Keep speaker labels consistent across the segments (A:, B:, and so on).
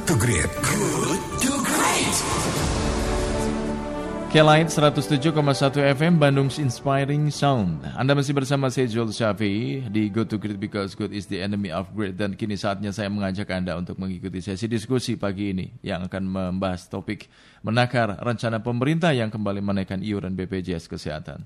A: to Great. Good to Great.
B: K-Light 107,1 FM Bandung's Inspiring Sound. Anda masih bersama saya Joel Syafi'i di Good to Great because good is the enemy of great. Dan kini saatnya saya mengajak Anda untuk mengikuti sesi diskusi pagi ini yang akan membahas topik menakar rencana pemerintah yang kembali menaikkan iuran BPJS Kesehatan.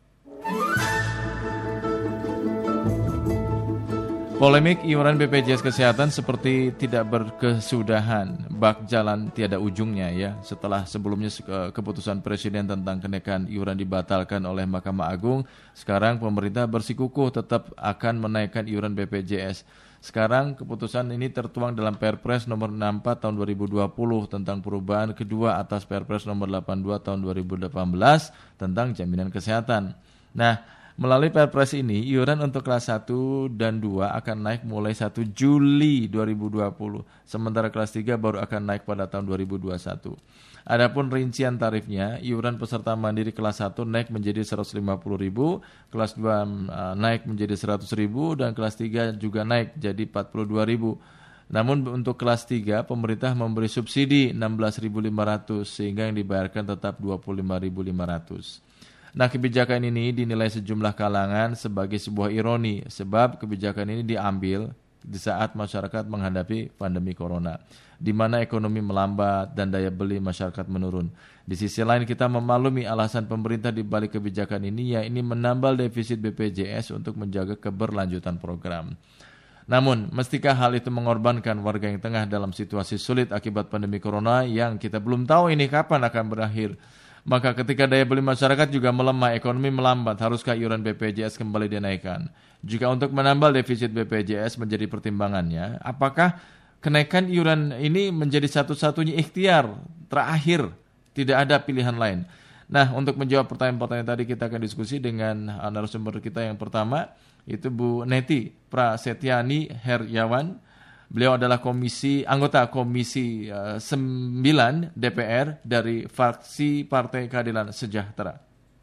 B: Polemik iuran BPJS Kesehatan seperti tidak berkesudahan, bak jalan tiada ujungnya ya. Setelah sebelumnya keputusan Presiden tentang kenaikan iuran dibatalkan oleh Mahkamah Agung, sekarang pemerintah bersikukuh tetap akan menaikkan iuran BPJS. Sekarang keputusan ini tertuang dalam Perpres nomor 64 tahun 2020 tentang perubahan kedua atas Perpres nomor 82 tahun 2018 tentang jaminan kesehatan. Nah, melalui Perpres ini, iuran untuk kelas 1 dan 2 akan naik mulai 1 Juli 2020. Sementara kelas 3 baru akan naik pada tahun 2021. Adapun rincian tarifnya, iuran peserta mandiri kelas 1 naik menjadi Rp150.000, kelas 2 naik menjadi Rp100.000, dan kelas 3 juga naik jadi Rp42.000. Namun untuk kelas 3, pemerintah memberi subsidi Rp16.500 sehingga yang dibayarkan tetap Rp25.500. Nah, kebijakan ini dinilai sejumlah kalangan sebagai sebuah ironi sebab kebijakan ini diambil di saat masyarakat menghadapi pandemi corona, di mana ekonomi melambat dan daya beli masyarakat menurun. Di sisi lain kita memaklumi alasan pemerintah di balik kebijakan ini, yaitu menambal defisit BPJS untuk menjaga keberlanjutan program. Namun, mestikah hal itu mengorbankan warga yang tengah dalam situasi sulit akibat pandemi corona yang kita belum tahu ini kapan akan berakhir? Maka ketika daya beli masyarakat juga melemah, ekonomi melambat, haruskah iuran BPJS kembali dinaikkan? Jika untuk menambal defisit BPJS menjadi pertimbangannya, apakah kenaikan iuran ini menjadi satu-satunya ikhtiar terakhir, tidak ada pilihan lain? Nah, untuk menjawab pertanyaan-pertanyaan tadi kita akan diskusi dengan narasumber kita yang pertama, itu Bu Neti Prasetyani Heriawan. Beliau adalah anggota Komisi 9 DPR dari fraksi Partai Keadilan Sejahtera.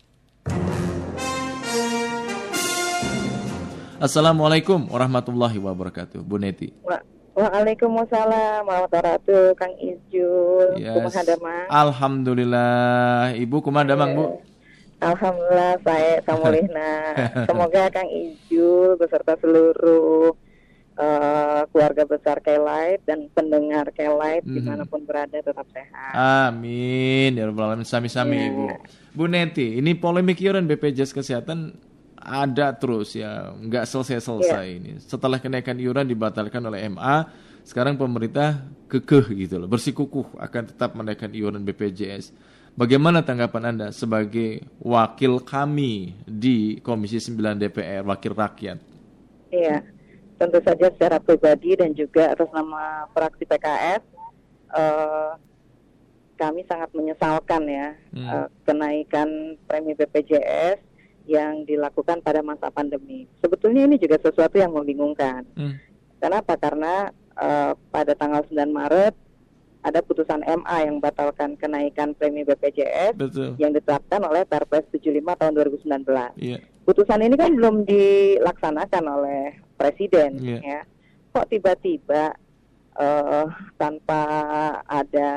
B: Assalamualaikum warahmatullahi wabarakatuh, Bu Neti.
C: Waalaikumsalam warahmatullahi wabarakatuh, Kang Ijul.
B: Yes.
C: Kumaha damang?
B: Alhamdulillah, Ibu kumaha damang, Bu?
C: Alhamdulillah, saya samulihna. Semoga Kang Ijul beserta seluruh keluarga besar K-Light dan pendengar K-Light dimanapun berada tetap sehat.
B: Amin. Ya Rabbal Alamin. Sami-sami, Ibu. Bu Neti, ini polemik iuran BPJS Kesehatan ada terus ya, nggak selesai-selesai ini. Setelah kenaikan iuran dibatalkan oleh MA, sekarang pemerintah kekeh gitu loh, bersikukuh akan tetap menaikkan iuran BPJS. Bagaimana tanggapan Anda sebagai wakil kami di Komisi 9 DPR, wakil rakyat?
C: Iya. Tentu saja secara pribadi dan juga atas nama fraksi PKS, kami sangat menyesalkan ya kenaikan premi BPJS yang dilakukan pada masa pandemi. Sebetulnya ini juga sesuatu yang membingungkan. Kenapa? Karena pada tanggal 9 Maret ada putusan MA yang batalkan kenaikan premi BPJS.
B: Betul.
C: Yang ditetapkan oleh Perpres 75 tahun 2019.
B: Yeah.
C: Putusan ini kan belum dilaksanakan oleh Presiden, ya. Kok tiba-tiba tanpa ada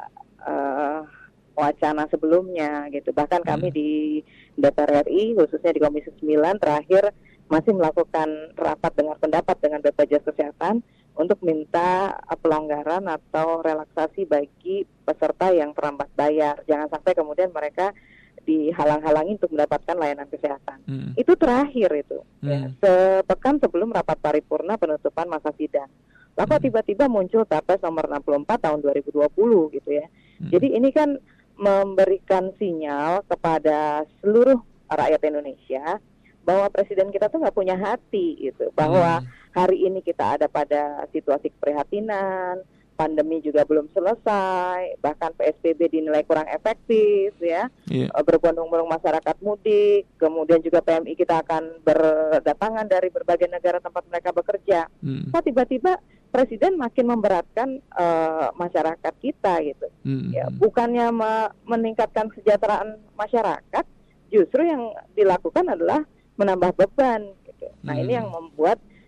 C: wacana sebelumnya gitu. Bahkan kami di DPR RI khususnya di Komisi 9 terakhir masih melakukan rapat dengar pendapat dengan BPJS Kesehatan untuk minta pelonggaran atau relaksasi bagi peserta yang terlambat bayar. Jangan sampai kemudian mereka dihalang-halangi untuk mendapatkan layanan kesehatan. Itu terakhir itu. Ya, sepekan sebelum rapat paripurna penutupan masa sidang. Lalu tiba-tiba muncul Perpres nomor 64 tahun 2020 gitu ya. Jadi ini kan memberikan sinyal kepada seluruh rakyat Indonesia bahwa presiden kita tuh nggak punya hati gitu. Bahwa hari ini kita ada pada situasi keprihatinan, pandemi juga belum selesai, bahkan PSBB dinilai kurang efektif ya, berbondong-bondong masyarakat mudik, kemudian juga PMI kita akan berdatangan dari berbagai negara tempat mereka bekerja. Kok tiba-tiba Presiden makin memberatkan masyarakat kita gitu, ya bukannya meningkatkan kesejahteraan masyarakat, justru yang dilakukan adalah menambah beban gitu. Nah ini yang membuat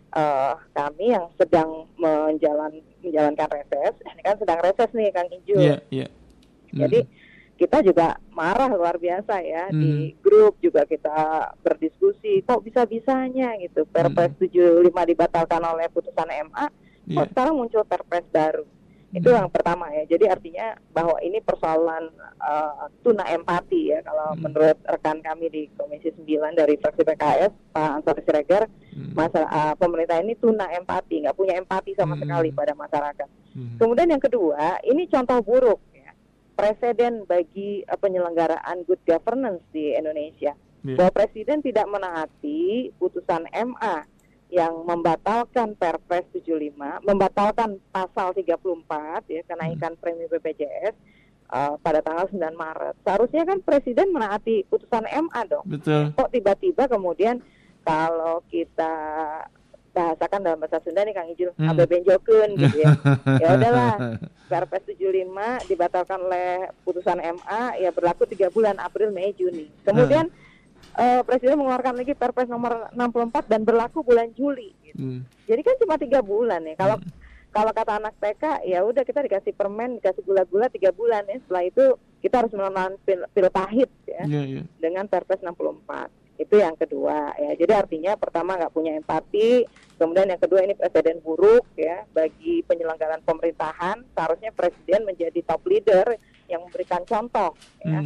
C: kami yang sedang menjalankan reses, ini kan sedang reses nih Kang Ijul.
B: Iya, iya.
C: Jadi kita juga marah luar biasa ya, di grup juga kita berdiskusi, kok bisa-bisanya gitu Perpres 75 dibatalkan oleh putusan MA, kok sekarang muncul Perpres baru. Itu yang pertama ya. Jadi artinya bahwa ini persoalan tuna empati ya. Kalau menurut rekan kami di Komisi 9 dari fraksi PKS, Pak Ansari Siregar, pemerintah ini tuna empati, nggak punya empati sama sekali pada masyarakat. Kemudian yang kedua, ini contoh buruk ya, presiden bagi penyelenggaraan good governance di Indonesia. Bahwa presiden tidak menaati putusan MA yang membatalkan Perpres 75, membatalkan pasal 34 ya, kenaikan premi BPJS pada tanggal 9 Maret. Seharusnya kan presiden menaati putusan MA dong.
B: Betul.
C: Kok tiba-tiba kemudian kalau kita bahasakan dalam bahasa Sunda nih Kang Ijul, benjokeun gitu ya. Ya udahlah, Perpres 75 dibatalkan oleh putusan MA, ya berlaku 3 bulan, April, Mei, Juni. Kemudian Presiden mengeluarkan lagi Perpres nomor 64 dan berlaku bulan Juli. Gitu. Jadi kan cuma 3 bulan ya. Kalau kata anak TK, ya udah kita dikasih permen, dikasih gula-gula 3 bulan ya. Setelah itu kita harus menelan pil pahit ya, dengan Perpres 64. Itu yang kedua ya. Jadi artinya pertama nggak punya empati, kemudian yang kedua ini presiden buruk ya bagi penyelenggaraan pemerintahan. Seharusnya presiden menjadi top leader yang memberikan contoh ya.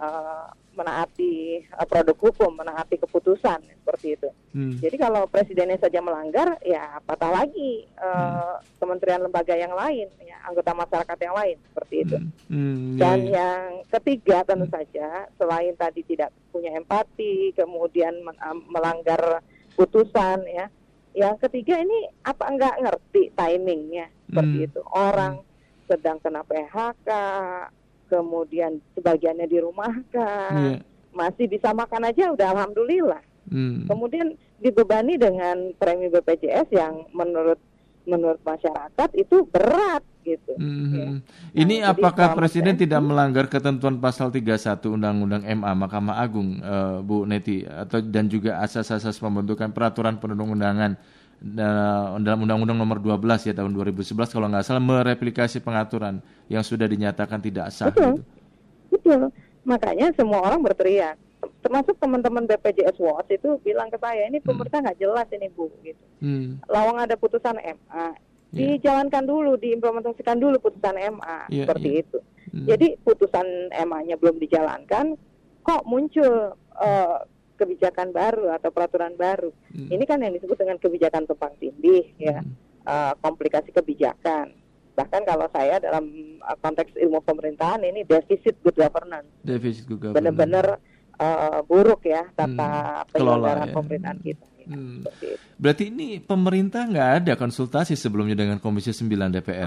C: Menaati produk hukum, menaati keputusan seperti itu. Jadi kalau presidennya saja melanggar, ya apatah lagi kementerian lembaga yang lain, ya, anggota masyarakat yang lain seperti itu. Dan yang ketiga tentu saja, selain tadi tidak punya empati, kemudian melanggar putusan, ya. Yang ketiga ini apa enggak ngerti timingnya seperti itu. Orang sedang kena PHK, kemudian sebagiannya dirumahkan, masih bisa makan aja udah alhamdulillah. Kemudian dibebani dengan premi BPJS yang menurut masyarakat itu berat gitu. Ya.
B: Ini apakah Presiden tidak melanggar ketentuan pasal 31 Undang-Undang MA Mahkamah Agung, Bu Neti, atau dan juga asas-asas pembentukan peraturan perundang-undangan dalam Undang-Undang nomor 12 ya tahun 2011 kalau nggak salah mereplikasi pengaturan yang sudah dinyatakan tidak sah?
C: Betul,
B: gitu.
C: Betul. Makanya semua orang berteriak, termasuk teman-teman BPJS Watch itu bilang ke saya, ini pemerintah nggak jelas ini Bu, gitu. Lawang ada putusan MA, dijalankan dulu, diimplementasikan dulu putusan MA, seperti itu. Jadi putusan MA-nya belum dijalankan, kok muncul kebijakan baru atau peraturan baru. Ini kan yang disebut dengan kebijakan tumpang tindih, ya, komplikasi kebijakan. Bahkan kalau saya dalam konteks ilmu pemerintahan ini defisit good governance.
B: Defisit good governance.
C: Benar-benar buruk ya tata penyelenggaraan pemerintahan kita.
B: Berarti ini pemerintah nggak ada konsultasi sebelumnya dengan Komisi 9 DPR?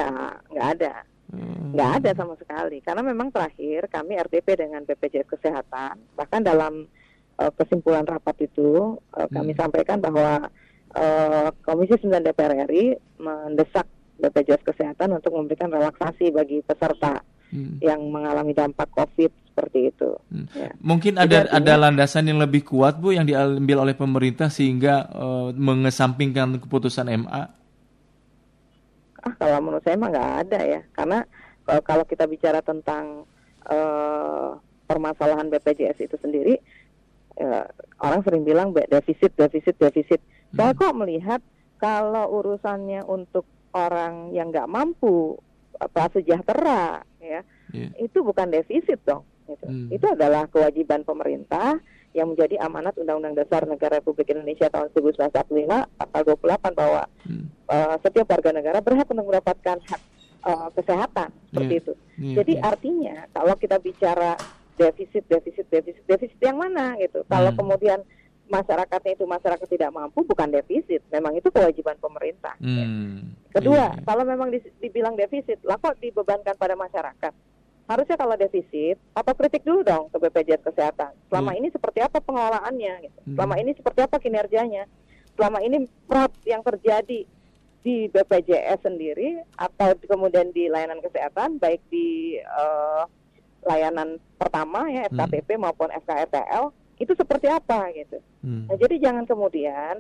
C: Nggak ada sama sekali. Karena memang terakhir kami RTP dengan BPJS Kesehatan, bahkan dalam kesimpulan rapat itu kami sampaikan bahwa Komisi 9 DPR RI mendesak BPJS Kesehatan untuk memberikan relaksasi bagi peserta yang mengalami dampak COVID seperti itu. Ya.
B: Mungkin ada landasan yang lebih kuat Bu yang diambil oleh pemerintah sehingga mengesampingkan keputusan MA?
C: Kalau menurut saya mah nggak ada ya, karena kalau kita bicara tentang permasalahan BPJS itu sendiri, orang sering bilang defisit. Saya kok melihat kalau urusannya untuk orang yang nggak mampu, prasejahtera, ya, itu bukan defisit dong. Gitu. Itu adalah kewajiban pemerintah yang menjadi amanat Undang-Undang Dasar Negara Republik Indonesia tahun 1945 pasal 28 bahwa setiap warga negara berhak untuk mendapatkan hak kesehatan seperti itu. Jadi artinya kalau kita bicara defisit yang mana gitu. Kalau kemudian masyarakatnya itu masyarakat tidak mampu, bukan defisit, memang itu kewajiban pemerintah. Kedua, kalau memang dibilang defisit, lah kok dibebankan pada masyarakat? Harusnya kalau defisit, apa kritik dulu dong ke BPJS Kesehatan. Selama ini seperti apa pengelolaannya? Gitu. Selama ini seperti apa kinerjanya? Selama ini fraud yang terjadi di BPJS sendiri atau kemudian di layanan kesehatan, baik di layanan pertama ya FKPP maupun FKRTL, itu seperti apa gitu. Nah, jadi jangan kemudian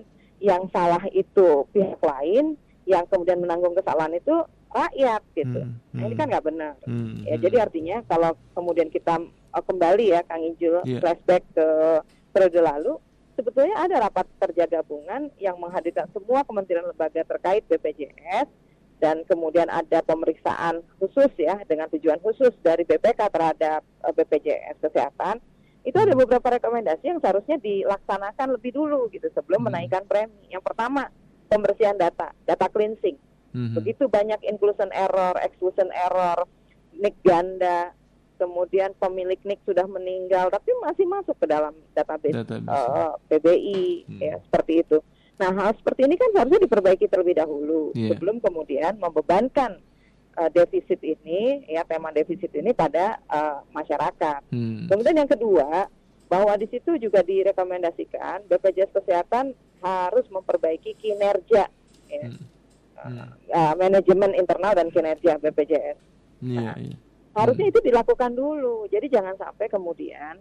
C: yang salah itu pihak lain, yang kemudian menanggung kesalahan itu rakyat gitu. Nah, ini kan nggak benar. Ya, jadi artinya kalau kemudian kita kembali ya Kang Ijul, flashback ke periode lalu, sebetulnya ada rapat kerja gabungan yang menghadirkan semua kementerian lembaga terkait BPJS, dan kemudian ada pemeriksaan khusus ya dengan tujuan khusus dari BPK terhadap BPJS Kesehatan. Itu ada beberapa rekomendasi yang seharusnya dilaksanakan lebih dulu gitu sebelum menaikkan premi. Yang pertama, pembersihan data cleansing. Begitu banyak inclusion error, exclusion error, NIK ganda, kemudian pemilik NIK sudah meninggal tapi masih masuk ke dalam database PBI, ya seperti itu. Nah, hal seperti ini kan seharusnya diperbaiki terlebih dahulu sebelum kemudian membebankan defisit ini, ya tema defisit ini pada masyarakat. Kemudian yang kedua, bahwa di situ juga direkomendasikan BPJS Kesehatan harus memperbaiki kinerja, ya. Manajemen internal dan kinerja BPJS. Harusnya itu dilakukan dulu. Jadi jangan sampai kemudian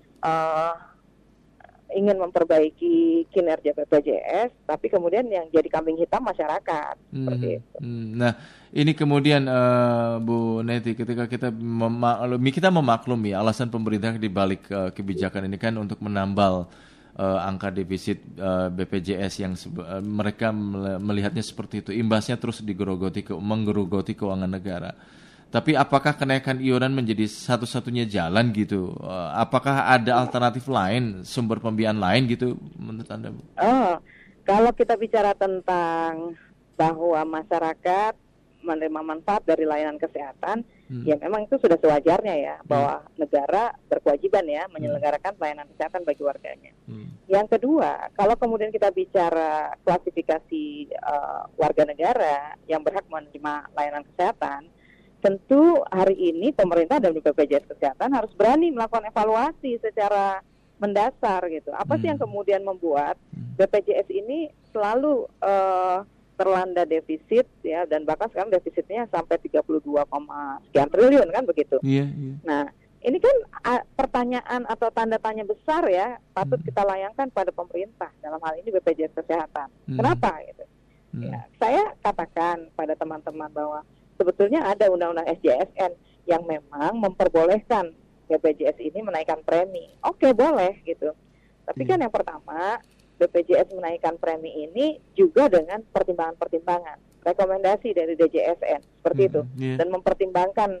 C: ingin memperbaiki kinerja BPJS, tapi kemudian yang jadi kambing hitam masyarakat. Seperti itu.
B: Nah, ini kemudian Bu Neti, ketika kita memaklumi alasan pemerintah di balik kebijakan ini kan untuk menambal angka defisit BPJS yang mereka melihatnya seperti itu, imbasnya terus menggerogoti keuangan negara. Tapi apakah kenaikan iuran menjadi satu-satunya jalan gitu? Apakah ada alternatif lain, sumber pembiayaan lain gitu menurut Anda, Bu?
C: Kalau kita bicara tentang bahwa masyarakat menerima manfaat dari layanan kesehatan, ya memang itu sudah sewajarnya ya, bahwa negara berkewajiban ya menyelenggarakan pelayanan kesehatan bagi warganya. Yang kedua, kalau kemudian kita bicara klasifikasi warga negara yang berhak menerima layanan kesehatan, tentu hari ini pemerintah dan BPJS Kesehatan harus berani melakukan evaluasi secara mendasar gitu. Apa sih yang kemudian membuat BPJS ini selalu terlanda defisit ya, dan bahkan sekarang defisitnya sampai 32, sekian triliun kan begitu. Nah, ini kan pertanyaan atau tanda tanya besar ya, patut kita layangkan pada pemerintah, dalam hal ini BPJS Kesehatan. Kenapa gitu? Ya, saya katakan pada teman-teman bahwa sebetulnya ada undang-undang SJSN yang memang memperbolehkan BPJS ini menaikkan premi. Oke, boleh gitu. Tapi kan yang pertama, BPJS menaikkan premi ini juga dengan pertimbangan-pertimbangan, rekomendasi dari DJSN seperti itu, dan mempertimbangkan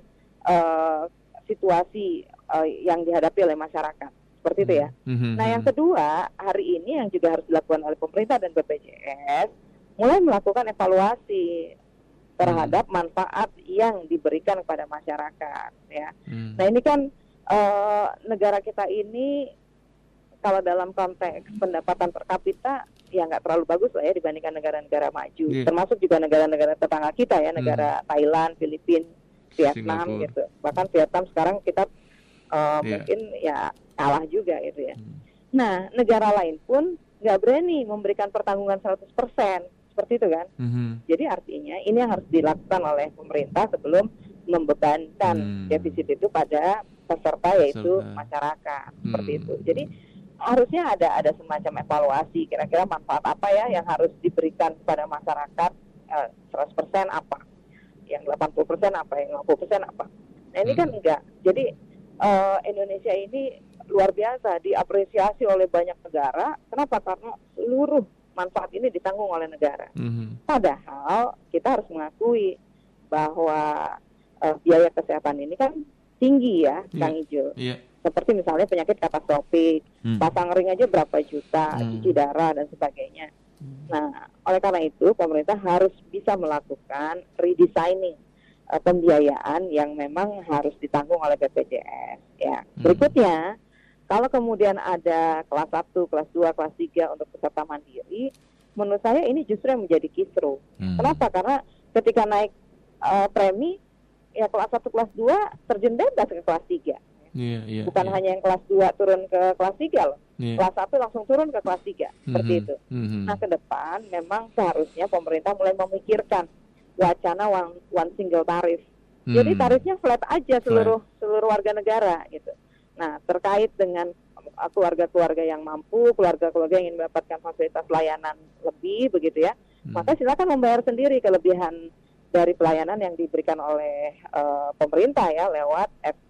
C: situasi yang dihadapi oleh masyarakat seperti itu ya. Nah, yang kedua, hari ini yang juga harus dilakukan oleh pemerintah dan BPJS mulai melakukan evaluasi terhadap manfaat yang diberikan kepada masyarakat ya. Nah, ini kan negara kita ini kalau dalam konteks pendapatan per kapita ya nggak terlalu bagus lah ya dibandingkan negara-negara maju, termasuk juga negara-negara tetangga kita ya, negara Thailand, Filipina, Vietnam Singapore gitu. Bahkan Vietnam sekarang kita mungkin ya kalah juga gitu ya. Nah, negara lain pun nggak berani memberikan pertanggungan 100%. Seperti itu kan. Jadi artinya ini yang harus dilakukan oleh pemerintah sebelum membebankan defisit itu pada peserta yaitu masyarakat. Seperti itu. Jadi harusnya ada semacam evaluasi kira-kira manfaat apa ya yang harus diberikan kepada masyarakat, 100% apa, yang 80% apa, yang 50% apa. Nah, ini kan enggak. Jadi Indonesia ini luar biasa diapresiasi oleh banyak negara. Kenapa? Karena seluruh manfaat ini ditanggung oleh negara. Padahal kita harus mengakui bahwa biaya kesehatan ini kan tinggi ya, Kang Ijo. Seperti misalnya penyakit katastrofik, pasang ring aja berapa juta, cuci darah dan sebagainya. Nah, oleh karena itu pemerintah harus bisa melakukan redesigning pembiayaan yang memang harus ditanggung oleh BPJS. Ya. Berikutnya, kalau kemudian ada kelas 1, kelas 2, kelas 3 untuk peserta mandiri, menurut saya ini justru yang menjadi kisruh. Kenapa? Karena ketika naik premi, ya kelas 1, kelas 2 terjun bebas ke kelas 3. Bukan hanya yang kelas 2 turun ke kelas 3 loh. Kelas 1 langsung turun ke kelas 3. Seperti itu. Nah, ke depan memang seharusnya pemerintah mulai memikirkan wacana one single tarif. Jadi tarifnya flat aja seluruh warga negara gitu. Nah, terkait dengan keluarga-keluarga yang mampu, keluarga-keluarga yang ingin mendapatkan fasilitas layanan lebih begitu ya, maka silakan membayar sendiri kelebihan dari pelayanan yang diberikan oleh pemerintah ya lewat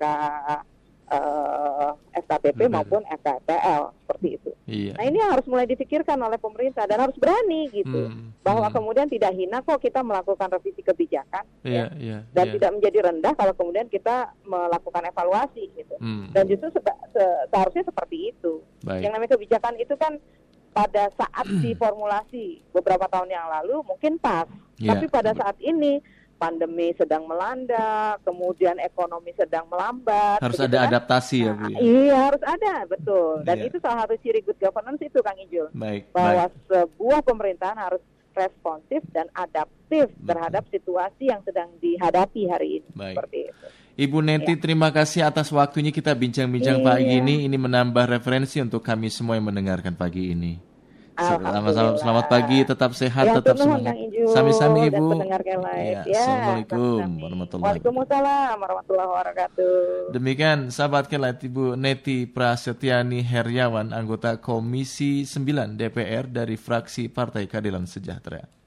C: FKPP maupun FKPL seperti itu.
B: Iya.
C: Nah ini harus mulai dipikirkan oleh pemerintah dan harus berani gitu bahwa kemudian tidak hina kok kita melakukan revisi kebijakan dan tidak menjadi rendah kalau kemudian kita melakukan evaluasi gitu. Dan justru seharusnya seperti itu. Yang namanya kebijakan itu kan pada saat diformulasi beberapa tahun yang lalu mungkin pas, tapi pada saat ini pandemi sedang melanda, kemudian ekonomi sedang melambat.
B: Harus ada adaptasi ya Bu.
C: Iya harus ada, betul. Dan itu salah satu ciri good governance itu Kang Ijul. Bahwa sebuah pemerintahan harus responsif dan adaptif terhadap situasi yang sedang dihadapi hari ini. Seperti itu.
B: Ibu Neti, terima kasih atas waktunya kita bincang-bincang pagi ini. Ini menambah referensi untuk kami semua yang mendengarkan pagi ini. Selamat pagi, tetap sehat, tetap semangat. Sami-sami Ibu. Assalamualaikum warahmatullahi wabarakatuh.
C: Waalaikumsalam warahmatullahi wabarakatuh.
B: Demikian sahabat Kelet, Ibu Neti Prasetyani Heriawan, anggota Komisi 9 DPR dari fraksi Partai Keadilan Sejahtera.